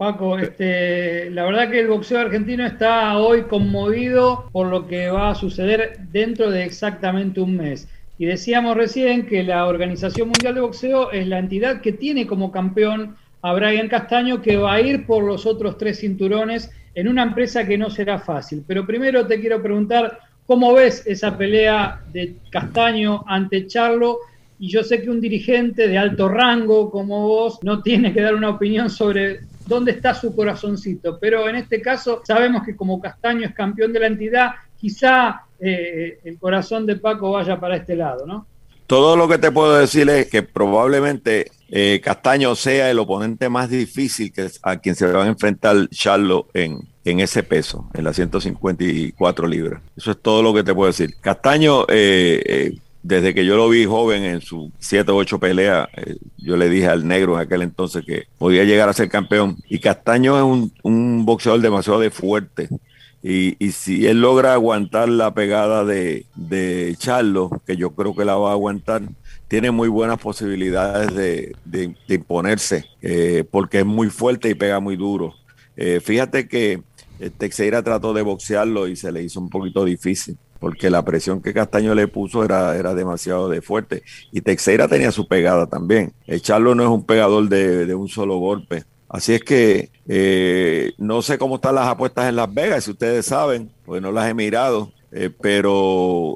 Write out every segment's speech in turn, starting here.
Paco, la verdad que el boxeo argentino está hoy conmovido por lo que va a suceder dentro de exactamente un mes. Y decíamos recién que la Organización Mundial de Boxeo es la entidad que tiene como campeón a Brian Castaño, que va a ir por los otros 3 cinturones en una empresa que no será fácil. Pero primero te quiero preguntar, ¿cómo ves esa pelea de Castaño ante Charlo? Y yo sé que un dirigente de alto rango como vos no tiene que dar una opinión sobre dónde está su corazoncito, pero en este caso sabemos que como Castaño es campeón de la entidad, quizá el corazón de Paco vaya para este lado, ¿no? Todo lo que te puedo decir es que probablemente Castaño sea el oponente más difícil a quien se va a enfrentar Charlo en ese peso, en las 154 libras. Eso es todo lo que te puedo decir. Castaño, desde que yo lo vi joven en sus 7 o 8 peleas, yo le dije al negro en aquel entonces que podía llegar a ser campeón. Y Castaño es un boxeador demasiado fuerte. Y si él logra aguantar la pegada de Charlo, que yo creo que la va a aguantar, tiene muy buenas posibilidades de imponerse, porque es muy fuerte y pega muy duro. Fíjate que Teixeira trató de boxearlo y se le hizo un poquito difícil, porque la presión que Castaño le puso era demasiado fuerte. Y Teixeira tenía su pegada también. Charlo no es un pegador de un solo golpe. Así es que no sé cómo están las apuestas en Las Vegas, si ustedes saben, pues no las he mirado, pero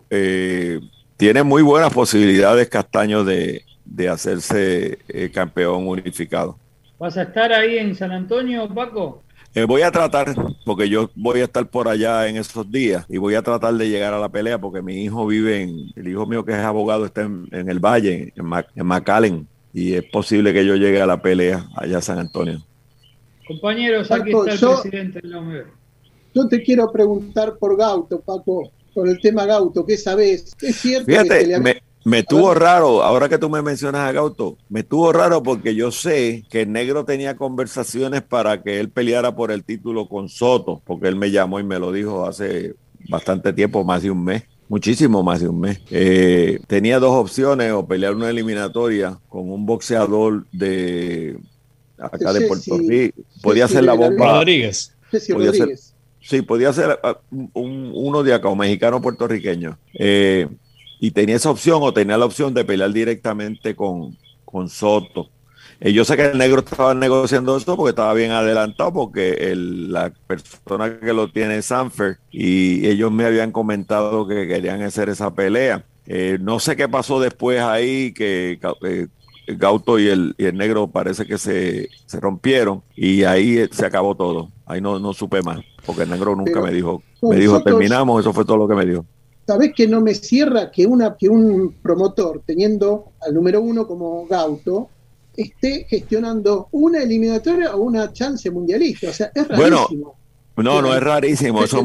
tiene muy buenas posibilidades Castaño de hacerse campeón unificado. ¿Vas a estar ahí en San Antonio, Paco? Voy a tratar, porque yo voy a estar por allá en esos días y voy a tratar de llegar a la pelea porque mi hijo el hijo mío que es abogado está en el Valle, en McAllen, y es posible que yo llegue a la pelea allá a San Antonio. Compañeros, aquí Paco, está el presidente de la OMB. Yo te quiero preguntar por Gauto, Paco, por el tema Gauto, ¿qué sabés? ¿Es cierto Fíjate, que me tuvo raro, ahora que tú me mencionas a Gauto, me tuvo raro porque yo sé que el negro tenía conversaciones para que él peleara por el título con Soto, porque él me llamó y me lo dijo hace bastante tiempo, más de un mes. Muchísimo más de un mes. Tenía dos opciones, o pelear una eliminatoria con un boxeador de acá de Puerto Rico. Podía ser la bomba. Rodríguez. Podía ser, sí, podía ser uno de acá, un mexicano puertorriqueño. Y tenía esa opción, o tenía la opción de pelear directamente con Soto. Yo sé que el negro estaba negociando eso porque estaba bien adelantado, porque la persona que lo tiene es Sanfer, y ellos me habían comentado que querían hacer esa pelea. No sé qué pasó después ahí, que Gauto y el negro parece que se rompieron, y ahí se acabó todo. Ahí no supe más, porque el negro nunca me dijo Soto, terminamos, eso fue todo lo que me dijo. ¿Sabés que no me cierra que un promotor, teniendo al número 1 como Gauto, esté gestionando una eliminatoria o una chance mundialista? O sea, es rarísimo. Bueno, no es rarísimo, eso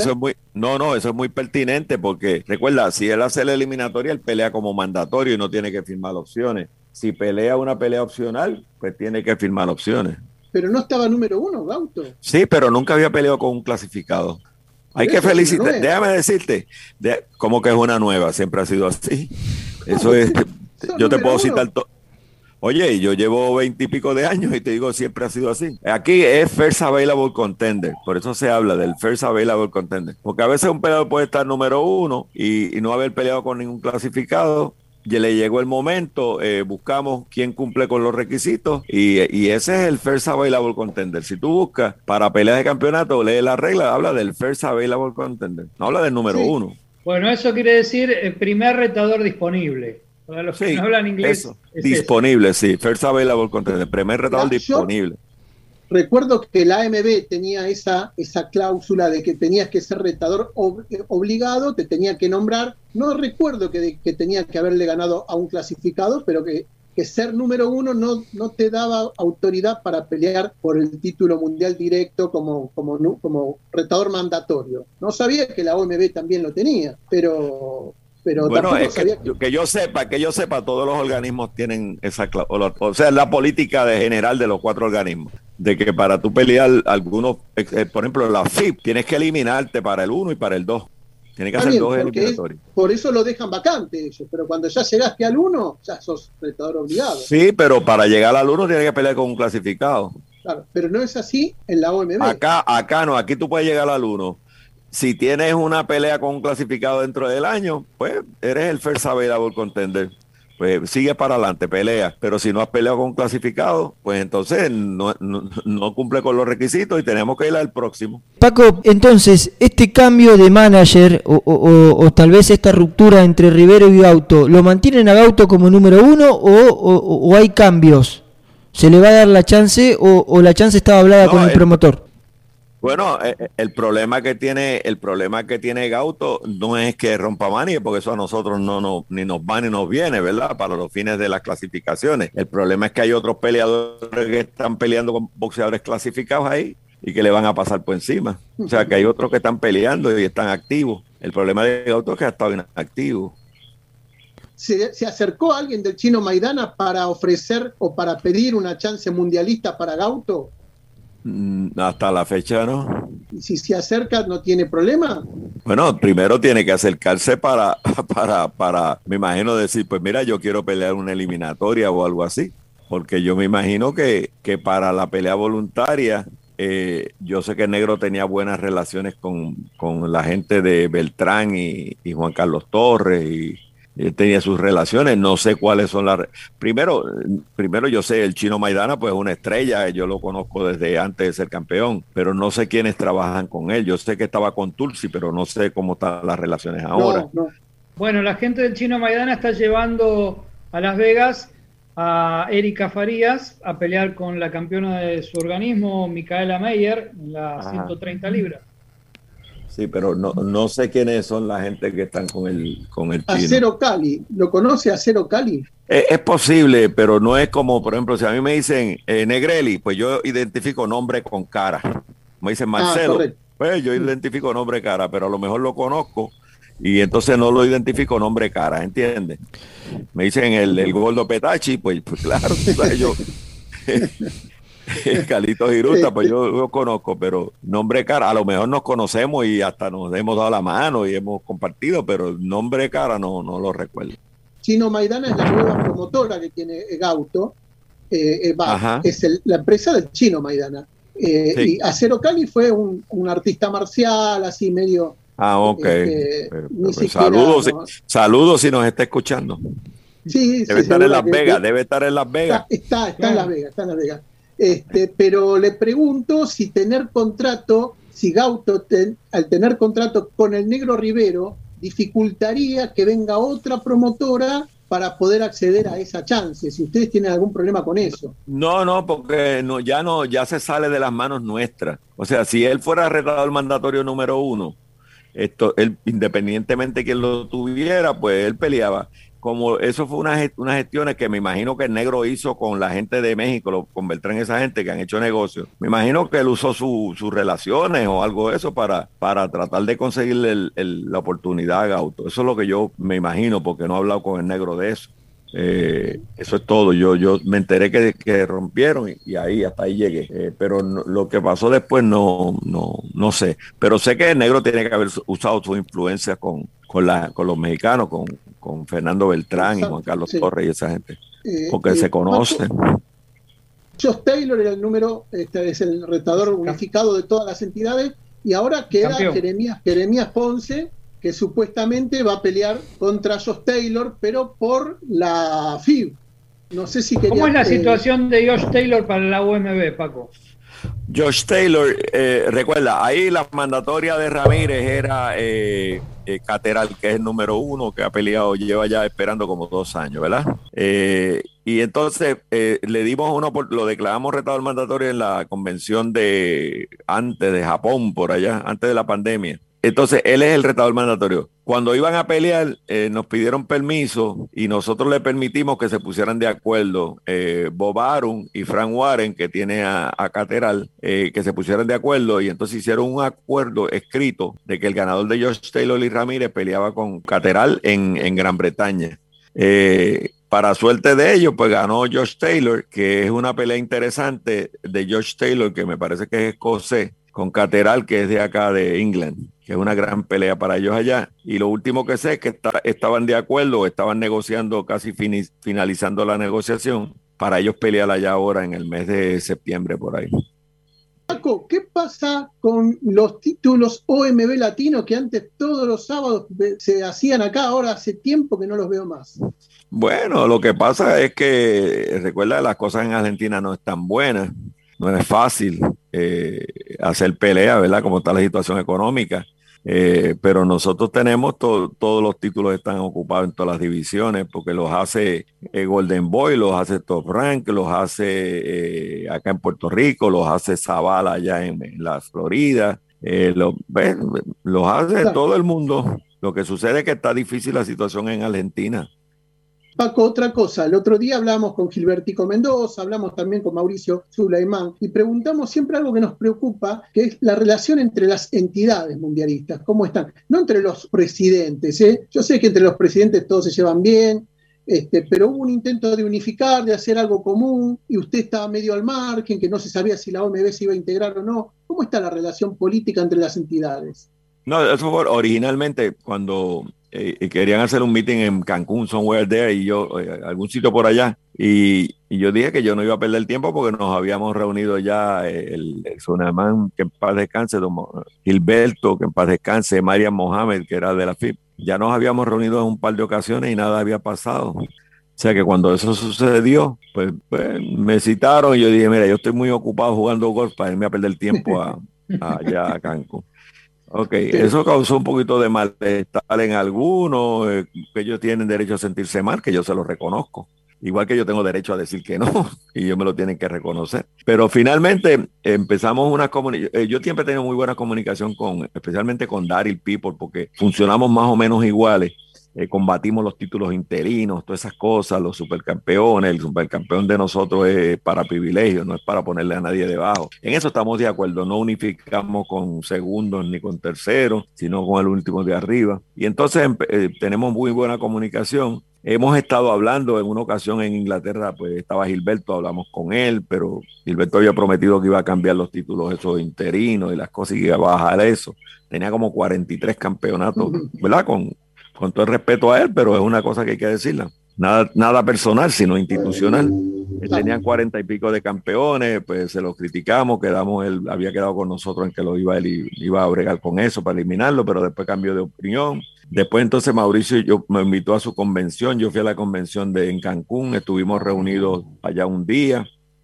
es muy pertinente, porque recuerda, si él hace la eliminatoria, él pelea como mandatorio y no tiene que firmar opciones. Si pelea una pelea opcional, pues tiene que firmar opciones. Pero no estaba número 1, Gauto. Sí, pero nunca había peleado con un clasificado. Hay que felicitar, déjame decirte, como que es una nueva, siempre ha sido así. Eso es, yo te puedo citar todo. Oye, yo llevo 20 y pico de años y te digo, siempre ha sido así. Aquí es First Available Contender, por eso se habla del First Available Contender. Porque a veces un peleador puede estar número 1 y no haber peleado con ningún clasificado. Ya le llegó el momento, buscamos quién cumple con los requisitos, y ese es el First Available Contender. Si tú buscas para peleas de campeonato, lee la regla, habla del First Available Contender, no habla del número 1. Bueno, eso quiere decir el primer retador disponible. Para los que no hablan inglés. Disponible, sí. First Available Contender, primer retador disponible. Recuerdo que la AMB tenía esa cláusula de que tenías que ser retador obligado, te tenía que nombrar. No recuerdo que tenía que haberle ganado a un clasificado, pero que ser número 1 no te daba autoridad para pelear por el título mundial directo como retador mandatorio. No sabía que la OMB también lo tenía, pero bueno, es que yo sepa, todos los organismos tienen esa cláusula. O sea, la política general de los 4 organismos, de que para tú pelear algunos, por ejemplo, la FIP, tienes que eliminarte para el 1 y para el 2. Tienes que hacer 2 eliminatorios. Por eso lo dejan vacante ellos, pero cuando ya llegaste al 1, ya sos retador obligado. Sí, pero para llegar al 1 tienes que pelear con un clasificado. Claro, pero no es así en la OMB. Acá no, aquí tú puedes llegar al 1. Si tienes una pelea con un clasificado dentro del año, pues eres el first available contender. Pues sigue para adelante, pelea. Pero si no has peleado con un clasificado, pues entonces no cumple con los requisitos y tenemos que ir al próximo. Paco, entonces, este cambio de manager o tal vez esta ruptura entre Rivero y Gauto, ¿lo mantienen a Gauto como número 1 o hay cambios? ¿Se le va a dar la chance o la chance estaba hablada con el promotor? Bueno, el problema que tiene Gauto no es que rompa manía, porque eso a nosotros ni nos va ni nos viene, ¿verdad? Para los fines de las clasificaciones. El problema es que hay otros peleadores que están peleando con boxeadores clasificados ahí y que le van a pasar por encima. O sea, que hay otros que están peleando y están activos. El problema de Gauto es que ha estado inactivo. ¿Se acercó alguien del Chino Maidana para ofrecer o para pedir una chance mundialista para Gauto? Hasta la fecha no. ¿Y si se acerca no tiene problema? Bueno, primero tiene que acercarse para, me imagino, decir, pues mira, yo quiero pelear una eliminatoria o algo así, porque yo me imagino que para la pelea voluntaria, yo sé que Negro tenía buenas relaciones con la gente de Beltrán y Juan Carlos Torres y él tenía sus relaciones, no sé cuáles son las... Primero yo sé, el Chino Maidana pues es una estrella, yo lo conozco desde antes de ser campeón, pero no sé quiénes trabajan con él. Yo sé que estaba con Tulsi, pero no sé cómo están las relaciones ahora. No. Bueno, la gente del Chino Maidana está llevando a Las Vegas a Erika Farías a pelear con la campeona de su organismo, Micaela Meyer, en las 130 libras. Sí, pero no sé quiénes son la gente que están con el Chino. Acero Cali, ¿lo conoce Acero Cali? Es posible, pero no es como, por ejemplo, si a mí me dicen Negrelli, pues yo identifico nombre con cara. Me dicen Marcelo, pues yo identifico nombre cara, pero a lo mejor lo conozco y entonces no lo identifico nombre cara, ¿entiendes? Me dicen el gordo Petachi, pues claro, tú sabes, yo... Calito Giruta, pues yo lo conozco, pero nombre cara, a lo mejor nos conocemos y hasta nos hemos dado la mano y hemos compartido, pero nombre cara no lo recuerdo. Chino Maidana es la nueva promotora que tiene Gauto, es la empresa del Chino Maidana. Sí. Y Acero Cali fue un artista marcial, así medio... ok. Siquiera, saludos si nos está escuchando. Sí, debe estar en Las Vegas, debe estar en Las Vegas. Está en Las Vegas, está en Las Vegas. Pero le pregunto si Gauto, al tener contrato con el Negro Rivero, dificultaría que venga otra promotora para poder acceder a esa chance, si ustedes tienen algún problema con eso. No, porque ya se sale de las manos nuestras. O sea, si él fuera retador mandatorio número 1, él, independientemente de quién lo tuviera, pues él peleaba. Como eso fue unas gestiones que me imagino que el Negro hizo con la gente de México, con Beltrán, esa gente que han hecho negocios. Me imagino que él usó sus relaciones o algo de eso para tratar de conseguirle la oportunidad a Gauto. Eso es lo que yo me imagino, porque no he hablado con el Negro de eso. Eso es todo. Yo me enteré que rompieron y hasta ahí llegué. Pero lo que pasó después no sé. Pero sé que el Negro tiene que haber usado su influencia con los mexicanos, con Fernando Beltrán. Exacto, y Juan Carlos Torres y esa gente, porque se conocen. Josh Taylor era el número, es el retador unificado de todas las entidades, y ahora queda Jeremías Ponce, que supuestamente va a pelear contra Josh Taylor, pero por la FIB. No sé si quería... ¿Cómo es la situación de Josh Taylor para la UMB, Paco? Josh Taylor, recuerda, ahí la mandatoria de Ramírez era Cateral, que es el número 1, que ha peleado, lleva ya esperando como 2 años, ¿verdad? Y entonces le dimos lo declaramos retador mandatorio en la convención antes de Japón, por allá, antes de la pandemia. Entonces, él es el retador mandatorio. Cuando iban a pelear, nos pidieron permiso y nosotros le permitimos que se pusieran de acuerdo Bob Arum y Frank Warren, que tiene a Cateral, que se pusieran de acuerdo y entonces hicieron un acuerdo escrito de que el ganador de Josh Taylor y Ramírez peleaba con Cateral en Gran Bretaña. Para suerte de ellos, pues ganó Josh Taylor, que es una pelea interesante de Josh Taylor, que me parece que es escocés, con Cateral, que es de acá de England, que es una gran pelea para ellos allá. Y lo último que sé es que estaban de acuerdo, estaban negociando, casi finalizando la negociación, para ellos pelear allá ahora en el mes de septiembre por ahí. Paco, ¿qué pasa con los títulos OMB Latino que antes todos los sábados se hacían acá? Ahora hace tiempo que no los veo más. Bueno, lo que pasa es que, recuerda, las cosas en Argentina no están buenas, no es fácil hacer pelea, ¿verdad? Como está la situación económica. Pero nosotros tenemos todos los títulos están ocupados en todas las divisiones porque los hace Golden Boy, los hace Top Rank, los hace acá en Puerto Rico, los hace Zavala allá en la Florida, los hace todo el mundo. Lo que sucede es que está difícil la situación en Argentina. Paco, otra cosa, el otro día hablamos con Gilbertico Mendoza, hablamos también con Mauricio Sulaimán y preguntamos siempre algo que nos preocupa, que es la relación entre las entidades mundialistas, cómo están, no entre los presidentes, ¿eh? Yo sé que entre los presidentes todos se llevan bien, pero hubo un intento de unificar, de hacer algo común, y usted estaba medio al margen, que no se sabía si la OMB se iba a integrar o no. ¿Cómo está la relación política entre las entidades? No, eso fue originalmente cuando querían hacer un meeting en Cancún, somewhere there, y yo, algún sitio por allá, y yo dije que yo no iba a perder tiempo porque nos habíamos reunido ya el Sunamán, que en paz descanse, Gilberto, que en paz descanse, Mariam Mohamed, que era de la FIP, ya nos habíamos reunido en un par de ocasiones y nada había pasado. O sea que cuando eso sucedió, pues me citaron y yo dije, mira, yo estoy muy ocupado jugando golf para irme a perder tiempo allá a Cancún. Ok, eso causó un poquito de malestar en algunos, que ellos tienen derecho a sentirse mal, que yo se lo reconozco. Igual que yo tengo derecho a decir que no, y ellos me lo tienen que reconocer. Pero finalmente empezamos una comunicación. Yo siempre he tenido muy buena comunicación especialmente con Daryl People, porque funcionamos más o menos iguales. Combatimos los títulos interinos, todas esas cosas, los supercampeones. El supercampeón de nosotros es para privilegio, no es para ponerle a nadie debajo. En eso estamos de acuerdo, no unificamos con segundos ni con terceros, sino con el último de arriba. Y entonces tenemos muy buena comunicación. Hemos estado hablando en una ocasión en Inglaterra, pues estaba Gilberto, hablamos con él, pero Gilberto había prometido que iba a cambiar los títulos esos interinos y las cosas y que iba a bajar eso. Tenía como 43 campeonatos, ¿verdad? Con todo el respeto a él, pero es una cosa que hay que decirla. Nada personal, sino institucional. Él tenía 40 y pico de campeones, pues se lo criticamos, él había quedado con nosotros en que él iba a bregar con eso para eliminarlo, pero después cambió de opinión. Después entonces Mauricio me invitó a su convención, yo fui a la convención en Cancún, estuvimos reunidos allá un día.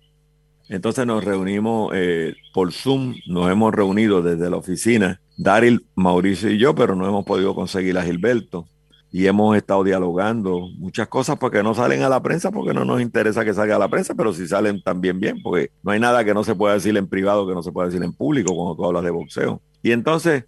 Entonces nos reunimos por Zoom, nos hemos reunido desde la oficina, Daryl, Mauricio y yo, pero no hemos podido conseguir a Gilberto. Y hemos estado dialogando muchas cosas porque no salen a la prensa, porque no nos interesa que salga a la prensa, pero sí salen también bien, porque no hay nada que no se pueda decir en privado, que no se pueda decir en público cuando tú hablas de boxeo. Y entonces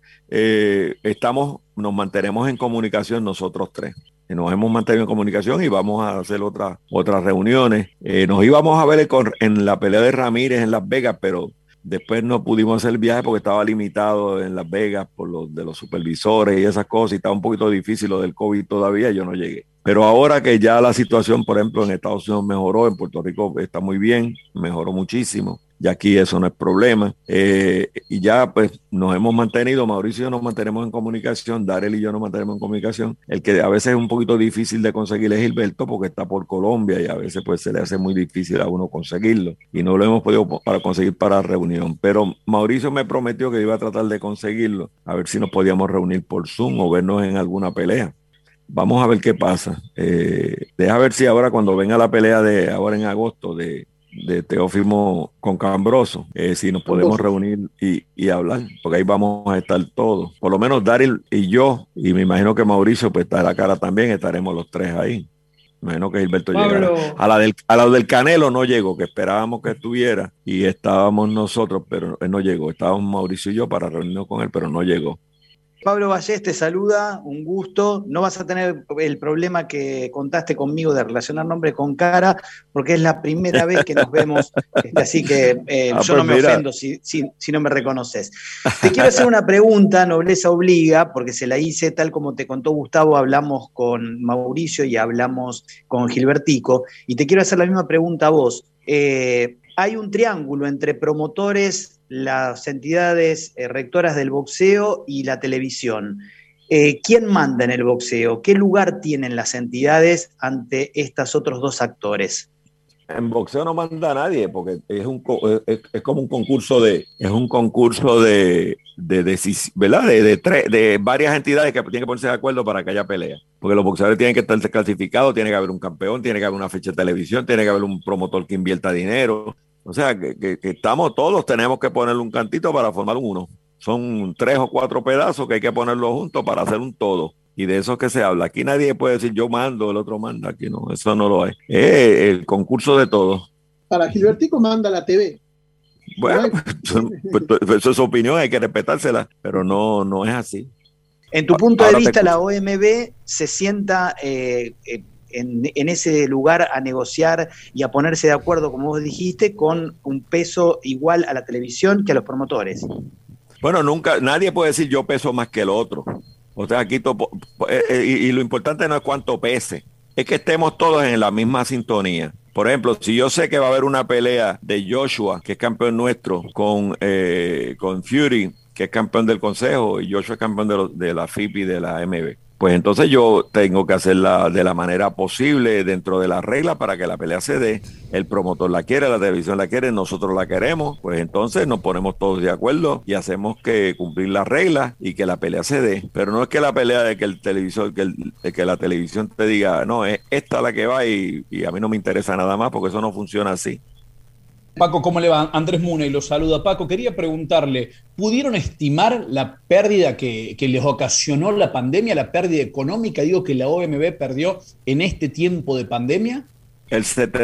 nos mantenemos en comunicación nosotros tres. Nos hemos mantenido en comunicación y vamos a hacer otras reuniones. Nos íbamos a ver en la pelea de Ramírez en Las Vegas, pero después no pudimos hacer el viaje porque estaba limitado en Las Vegas por los supervisores y esas cosas, y estaba un poquito difícil lo del COVID todavía, yo no llegué. Pero ahora que ya la situación, por ejemplo, en Estados Unidos mejoró, en Puerto Rico está muy bien, mejoró muchísimo. Ya aquí eso no es problema. Y ya pues nos hemos mantenido, Mauricio y yo nos mantenemos en comunicación, Daryl y yo nos mantenemos en comunicación. El que a veces es un poquito difícil de conseguir es Gilberto porque está por Colombia y a veces pues se le hace muy difícil a uno conseguirlo. Y no lo hemos podido conseguir para reunión. Pero Mauricio me prometió que iba a tratar de conseguirlo, a ver si nos podíamos reunir por Zoom o vernos en alguna pelea. Vamos a ver qué pasa. Deja ver si ahora cuando venga la pelea de ahora en agosto de Teófimo con Cambroso, si nos podemos reunir y hablar, porque ahí vamos a estar todos, por lo menos Daryl y yo, y me imagino que Mauricio pues está a la cara también, estaremos los tres ahí. Me imagino que Gilberto llegará. A la del Canelo no llegó, que esperábamos que estuviera y estábamos nosotros, pero él no llegó. Estábamos Mauricio y yo para reunirnos con él, pero no llegó. Pablo Vallés te saluda, un gusto. No vas a tener el problema que contaste conmigo de relacionar nombre con cara, porque es la primera vez que nos vemos, así que yo no me ofendo si no me reconoces. Te quiero hacer una pregunta, nobleza obliga, porque se la hice tal como te contó Gustavo, hablamos con Mauricio y hablamos con Gilbertico, y te quiero hacer la misma pregunta a vos. Hay un triángulo entre promotores, las entidades rectoras del boxeo y la televisión. ¿Quién manda en el boxeo? ¿Qué lugar tienen las entidades ante estos otros dos actores? En boxeo no manda a nadie porque es como un concurso ¿verdad? De varias entidades que tienen que ponerse de acuerdo para que haya pelea. Porque los boxeadores tienen que estar clasificados, tiene que haber un campeón, tiene que haber una fecha de televisión, tiene que haber un promotor que invierta dinero. O sea, que todos tenemos que ponerle un cantito para formar un uno. Son 3 o 4 pedazos que hay que ponerlos juntos para hacer un todo. Y de eso es que se habla. Aquí nadie puede decir yo mando, el otro manda. Aquí no, eso no lo hay. Es el concurso de todos. Para Gilbertico manda la TV. Bueno, eso es su opinión, hay que respetársela, pero no es así. En tu punto de vista, la OMB se sienta en ese lugar a negociar y a ponerse de acuerdo, como vos dijiste, con un peso igual a la televisión que a los promotores. Bueno, nadie puede decir yo peso más que el otro. O sea, aquí y lo importante no es cuánto pese, es que estemos todos en la misma sintonía. Por ejemplo, si yo sé que va a haber una pelea de Joshua, que es campeón nuestro, con Fury, que es campeón del Consejo, y Joshua es campeón de la FIP y de la MB, pues entonces yo tengo que hacerla de la manera posible dentro de las reglas para que la pelea se dé. El promotor la quiere, la televisión la quiere, nosotros la queremos, pues entonces nos ponemos todos de acuerdo y hacemos que cumplir las reglas y que la pelea se dé. Pero no es que la pelea de que el televisor, que la televisión te diga, no, es esta la que va y a mí no me interesa nada más, porque eso no funciona así. Paco, ¿cómo le va? Andrés Muney lo saluda. Paco, quería preguntarle, ¿pudieron estimar la pérdida que les ocasionó la pandemia, la pérdida económica, que la OMB perdió en este tiempo de pandemia? El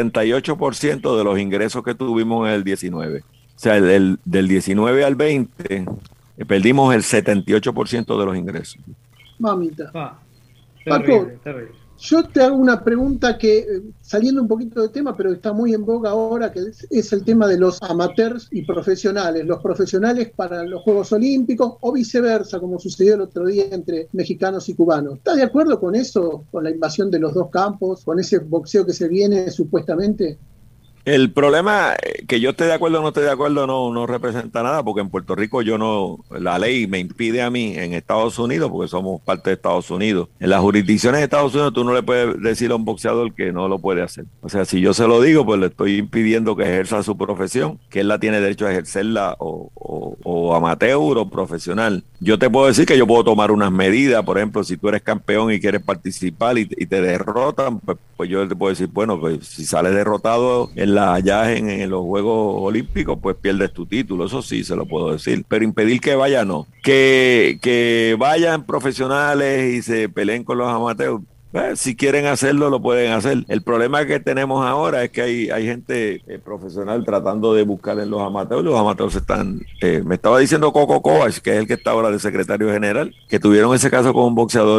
78% de los ingresos que tuvimos en el 19. O sea, del 19 al 20, perdimos el 78% de los ingresos. Mamita. Terrible, Paco, terrible. Yo te hago una pregunta que, saliendo un poquito de tema, pero está muy en boga ahora, que es el tema de los amateurs y profesionales. Los profesionales para los Juegos Olímpicos o viceversa, como sucedió el otro día entre mexicanos y cubanos. ¿Estás de acuerdo con eso, con la invasión de los dos campos, con ese boxeo que se viene supuestamente? El problema, que yo esté de acuerdo o no esté de acuerdo, no representa nada, porque en Puerto Rico la ley me impide a mí, en Estados Unidos, porque somos parte de Estados Unidos, en las jurisdicciones de Estados Unidos tú no le puedes decir a un boxeador que no lo puede hacer. O sea, si yo se lo digo, pues le estoy impidiendo que ejerza su profesión, que él la tiene derecho a ejercerla o amateur o profesional. Yo te puedo decir que yo puedo tomar unas medidas, por ejemplo, si tú eres campeón y quieres participar y te derrotan, pues yo te puedo decir, bueno, pues si sales derrotado allá en los Juegos Olímpicos, pues pierdes tu título, eso sí se lo puedo decir, pero impedir que vaya no. Que vayan profesionales y se peleen con los amateurs, si quieren hacerlo, lo pueden hacer. El problema que tenemos ahora es que hay gente profesional tratando de buscar en los amateurs están, me estaba diciendo Coco Kovacs, que es el que está ahora de secretario general, que tuvieron ese caso con un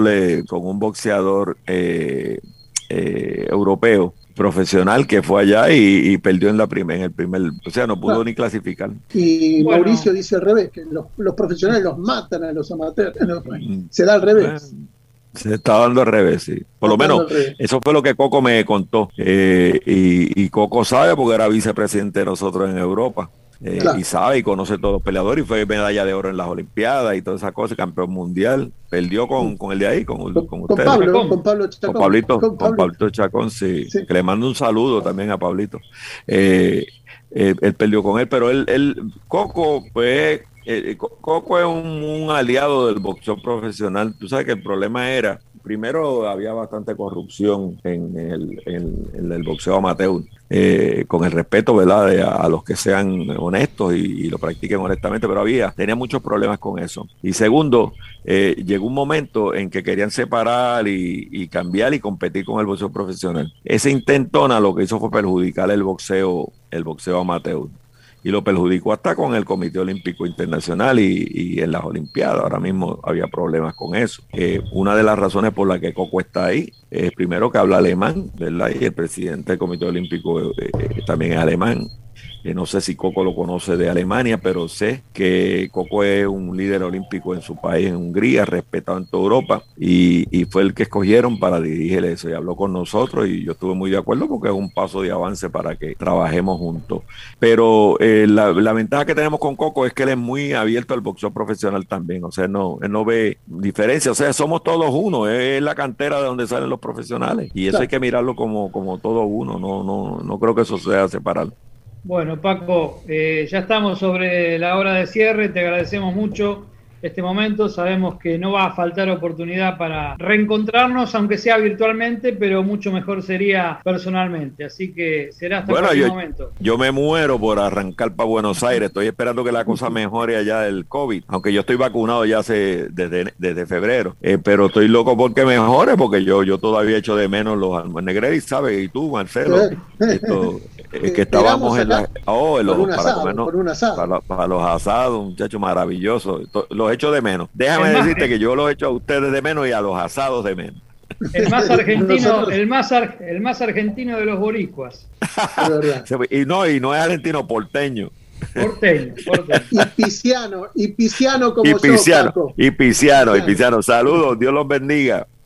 boxeador europeo profesional que fue allá y perdió en el primer, o sea, no pudo ni clasificar. Y bueno, Mauricio dice al revés, que los profesionales los matan a los amateurs, ¿no? Se da al revés. Se está dando al revés, sí. Por lo menos, eso fue lo que Coco me contó. Y Coco sabe porque era vicepresidente de nosotros en Europa. Claro. Y sabe y conoce todos los peleadores y fue medalla de oro en las Olimpiadas y todas esas cosas, campeón mundial, perdió con el de ahí, con ustedes. Con Pablo Chacón. Con Pablito Chacón, sí. Que le mando un saludo también a Pablito. Él perdió con él, pero Coco, pues, Coco es un aliado del boxeo profesional. Tú sabes que el problema era, primero había bastante corrupción en el boxeo amateur, con el respeto, ¿verdad?, a los que sean honestos y lo practiquen honestamente, pero tenía muchos problemas con eso. Y segundo, llegó un momento en que querían separar y cambiar y competir con el boxeo profesional. Ese intentona lo que hizo fue perjudicar el boxeo amateur. Y lo perjudicó hasta con el Comité Olímpico Internacional y en las Olimpiadas. Ahora mismo había problemas con eso. Una de las razones por las que Coco está ahí es primero que habla alemán, ¿verdad? Y el presidente del Comité Olímpico también es alemán. No sé si Coco lo conoce de Alemania, pero sé que Coco es un líder olímpico en su país, en Hungría, respetado en toda Europa, y fue el que escogieron para dirigir eso, y habló con nosotros, y yo estuve muy de acuerdo porque es un paso de avance para que trabajemos juntos. Pero la ventaja que tenemos con Coco es que él es muy abierto al boxeo profesional también, o sea, él no ve diferencia, o sea, somos todos uno, es la cantera de donde salen los profesionales, y eso hay que mirarlo como todo uno, no creo que eso sea separado. Bueno, Paco, ya estamos sobre la hora de cierre, te agradecemos mucho este momento, sabemos que no va a faltar oportunidad para reencontrarnos, aunque sea virtualmente, pero mucho mejor sería personalmente, así que será hasta el momento. Yo me muero por arrancar para Buenos Aires, estoy esperando que la cosa mejore allá del COVID, aunque yo estoy vacunado ya desde febrero, pero estoy loco porque mejore, porque yo todavía echo de menos los Negretti, ¿sabes? Y tú, Marcelo, que estábamos en para los asados, muchachos maravillosos, los echo de menos. Déjame decirte que yo los echo a ustedes de menos y a los asados de menos. El más argentino, el más argentino de los boricuas. Y no es argentino, porteño. Porteño. Y pisciano como yo, Paco. Y pisciano. Saludos, Dios los bendiga.